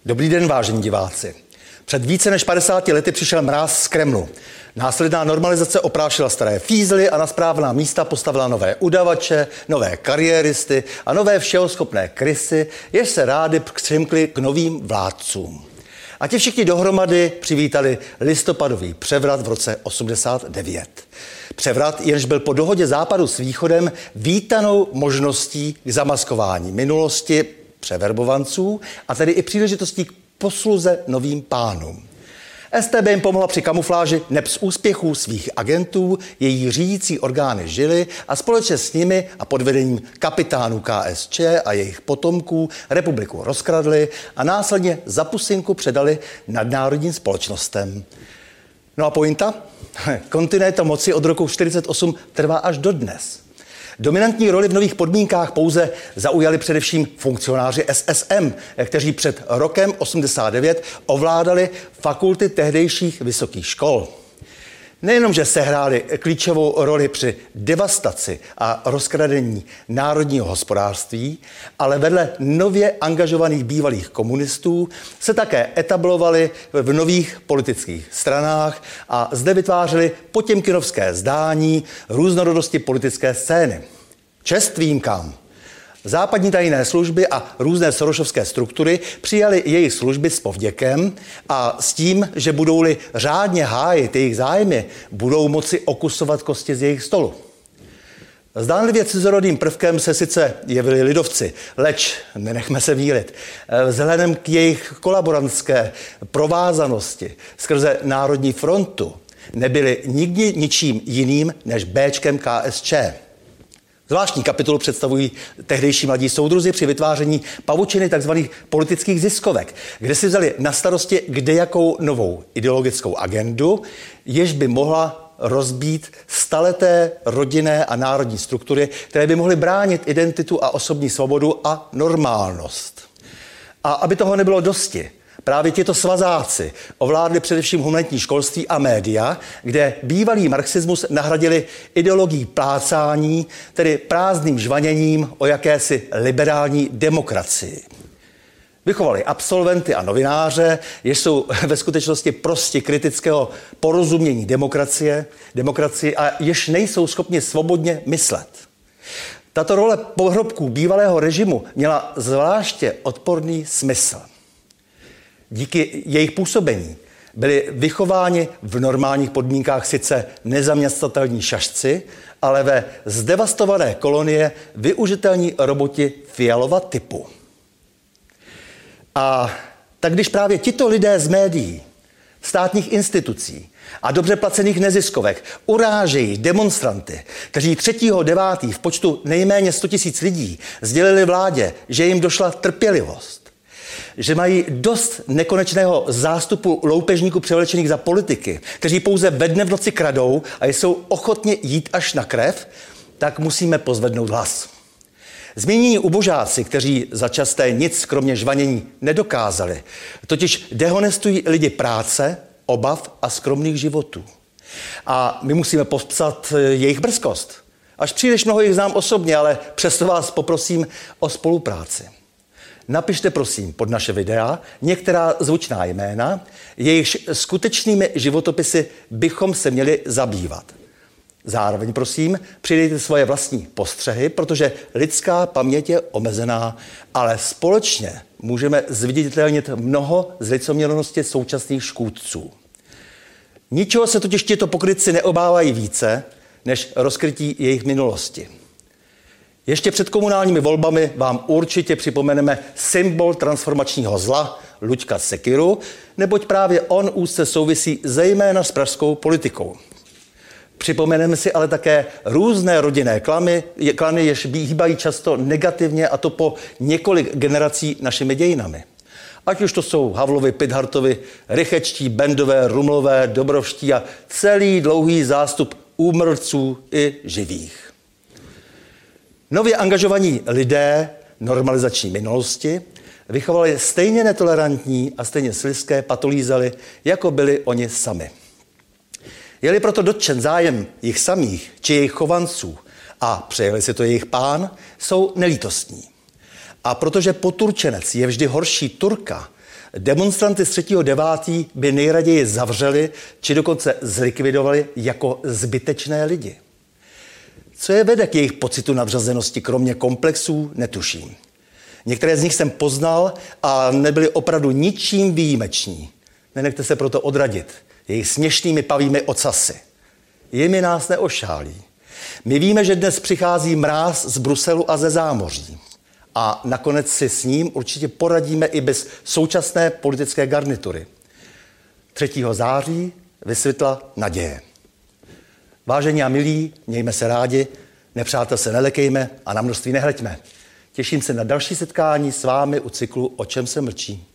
Dobrý den, vážení diváci. Před více než 50 lety přišel mráz z Kremlu. Následná normalizace oprášila staré fízly a na správná místa postavila nové udavače, nové kariéristy a nové všehoschopné krysy, jež se rády přimkly k novým vládcům. A ti všichni dohromady přivítali listopadový převrat v roce 89. Převrat, jenž byl po dohodě Západu s Východem vítanou možností k zamaskování minulosti převerbovanců a tedy i příležitostí k posluze novým pánům. StB jim pomohla při kamufláži nebz úspěchů svých agentů, její řídící orgány žily a společně s nimi a pod vedením kapitánů KSČ a jejich potomků republiku rozkradli a následně za pusinku předali nadnárodním společnostem. No a pointa? Kontinuita moci od roku 1948 trvá až dodnes. Dominantní roli v nových podmínkách pouze zaujali především funkcionáři SSM, kteří před rokem 89 ovládali fakulty tehdejších vysokých škol. Nejenom, že sehráli klíčovou roli při devastaci a rozkradení národního hospodářství, ale vedle nově angažovaných bývalých komunistů se také etablovali v nových politických stranách a zde vytvářeli potěmkinovské zdání různorodosti politické scény. Čest výjimkám. Západní tajné služby a různé sorošovské struktury přijali jejich služby s povděkem a s tím, že budou-li řádně hájit jejich zájmy, budou moci okusovat kosti z jejich stolu. Zdánlivě cizorodým prvkem se sice jevili lidovci, leč nenechme se mýlit. Vzhledem k jejich kolaborantské provázanosti skrze Národní frontu nebyli nikdy ničím jiným než Béčkem KSČ. Zvláštní kapitolu představují tehdejší mladí soudruzi při vytváření pavučiny tzv. Politických ziskovek, kde si vzali na starosti kdejakou novou ideologickou agendu, jež by mohla rozbít staleté rodinné a národní struktury, které by mohly bránit identitu a osobní svobodu a normálnost. A aby toho nebylo dosti, právě tito svazáci ovládli především humanitní školství a média, kde bývalý marxismus nahradili ideologií plácání, tedy prázdným žvaněním o jakési liberální demokracii. Vychovali absolventy a novináře, jež jsou ve skutečnosti prostě kritického porozumění demokracii a jež nejsou schopni svobodně myslet. Tato role pohrobků bývalého režimu měla zvláště odporný smysl. Díky jejich působení byli vychováni v normálních podmínkách sice nezaměstnatelní šašci, ale ve zdevastované kolonie využitelní roboti Fialova typu. A tak když právě tito lidé z médií, státních institucí a dobře placených neziskovek urážejí demonstranty, kteří 3.9. v počtu nejméně 100 000 lidí sdělili vládě, že jim došla trpělivost, že mají dost nekonečného zástupu loupežníků převlečených za politiky, kteří pouze ve dne v noci kradou a jsou ochotni jít až na krev, tak musíme pozvednout hlas. Zmínění ubožáci, kteří za časté nic kromě žvanění nedokázali, totiž dehonestují lidi práce, obav a skromných životů. A my musíme popsat jejich brzkost. Až příliš mnoho jich znám osobně, ale přesto vás poprosím o spolupráci. Napište prosím pod naše videa některá zvučná jména, jejichž skutečnými životopisy bychom se měli zabývat. Zároveň prosím, přidejte svoje vlastní postřehy, protože lidská paměť je omezená, ale společně můžeme zviditelnit mnoho z licoměrnosti současných škůdců. Ničeho se totiž tito pokrytci neobávají více, než rozkrytí jejich minulosti. Ještě před komunálními volbami vám určitě připomeneme symbol transformačního zla Luďka Sekyru, neboť právě on úzce souvisí zejména s pražskou politikou. Připomeneme si ale také různé rodinné klany, jež hýbají často negativně, a to po několik generací našimi dějinami. Ať už to jsou Havlovi, Pidhartovi, Rychečtí, Bendové, Rumlové, Dobrovští a celý dlouhý zástup úmrtců i živých. Nově angažovaní lidé normalizační minulosti vychovali stejně netolerantní a stejně slizké patolízaly, jako byli oni sami. Je-li proto dotčen zájem jich samých či jejich chovanců a přejeli si to jejich pán, jsou nelítostní. A protože poturčenec je vždy horší Turka, Demonstranty z 3.9. by nejraději zavřeli, či dokonce zlikvidovali jako zbytečné lidi. Co je vede k jejich pocitu nadřazenosti, kromě komplexů, netuším. Některé z nich jsem poznal a nebyli opravdu ničím výjimeční. Nenechte se proto odradit jejich směšnými pavými ocasy. Jimi nás neošálí. My víme, že dnes přichází mráz z Bruselu a ze zámoří. A nakonec si s ním určitě poradíme i bez současné politické garnitury. 3. září vysvětla naděje. Vážení a milí, mějme se rádi, nepřátel se nelekejme a na množství nehleďme. Těším se na další setkání s vámi u cyklu O čem se mlčí.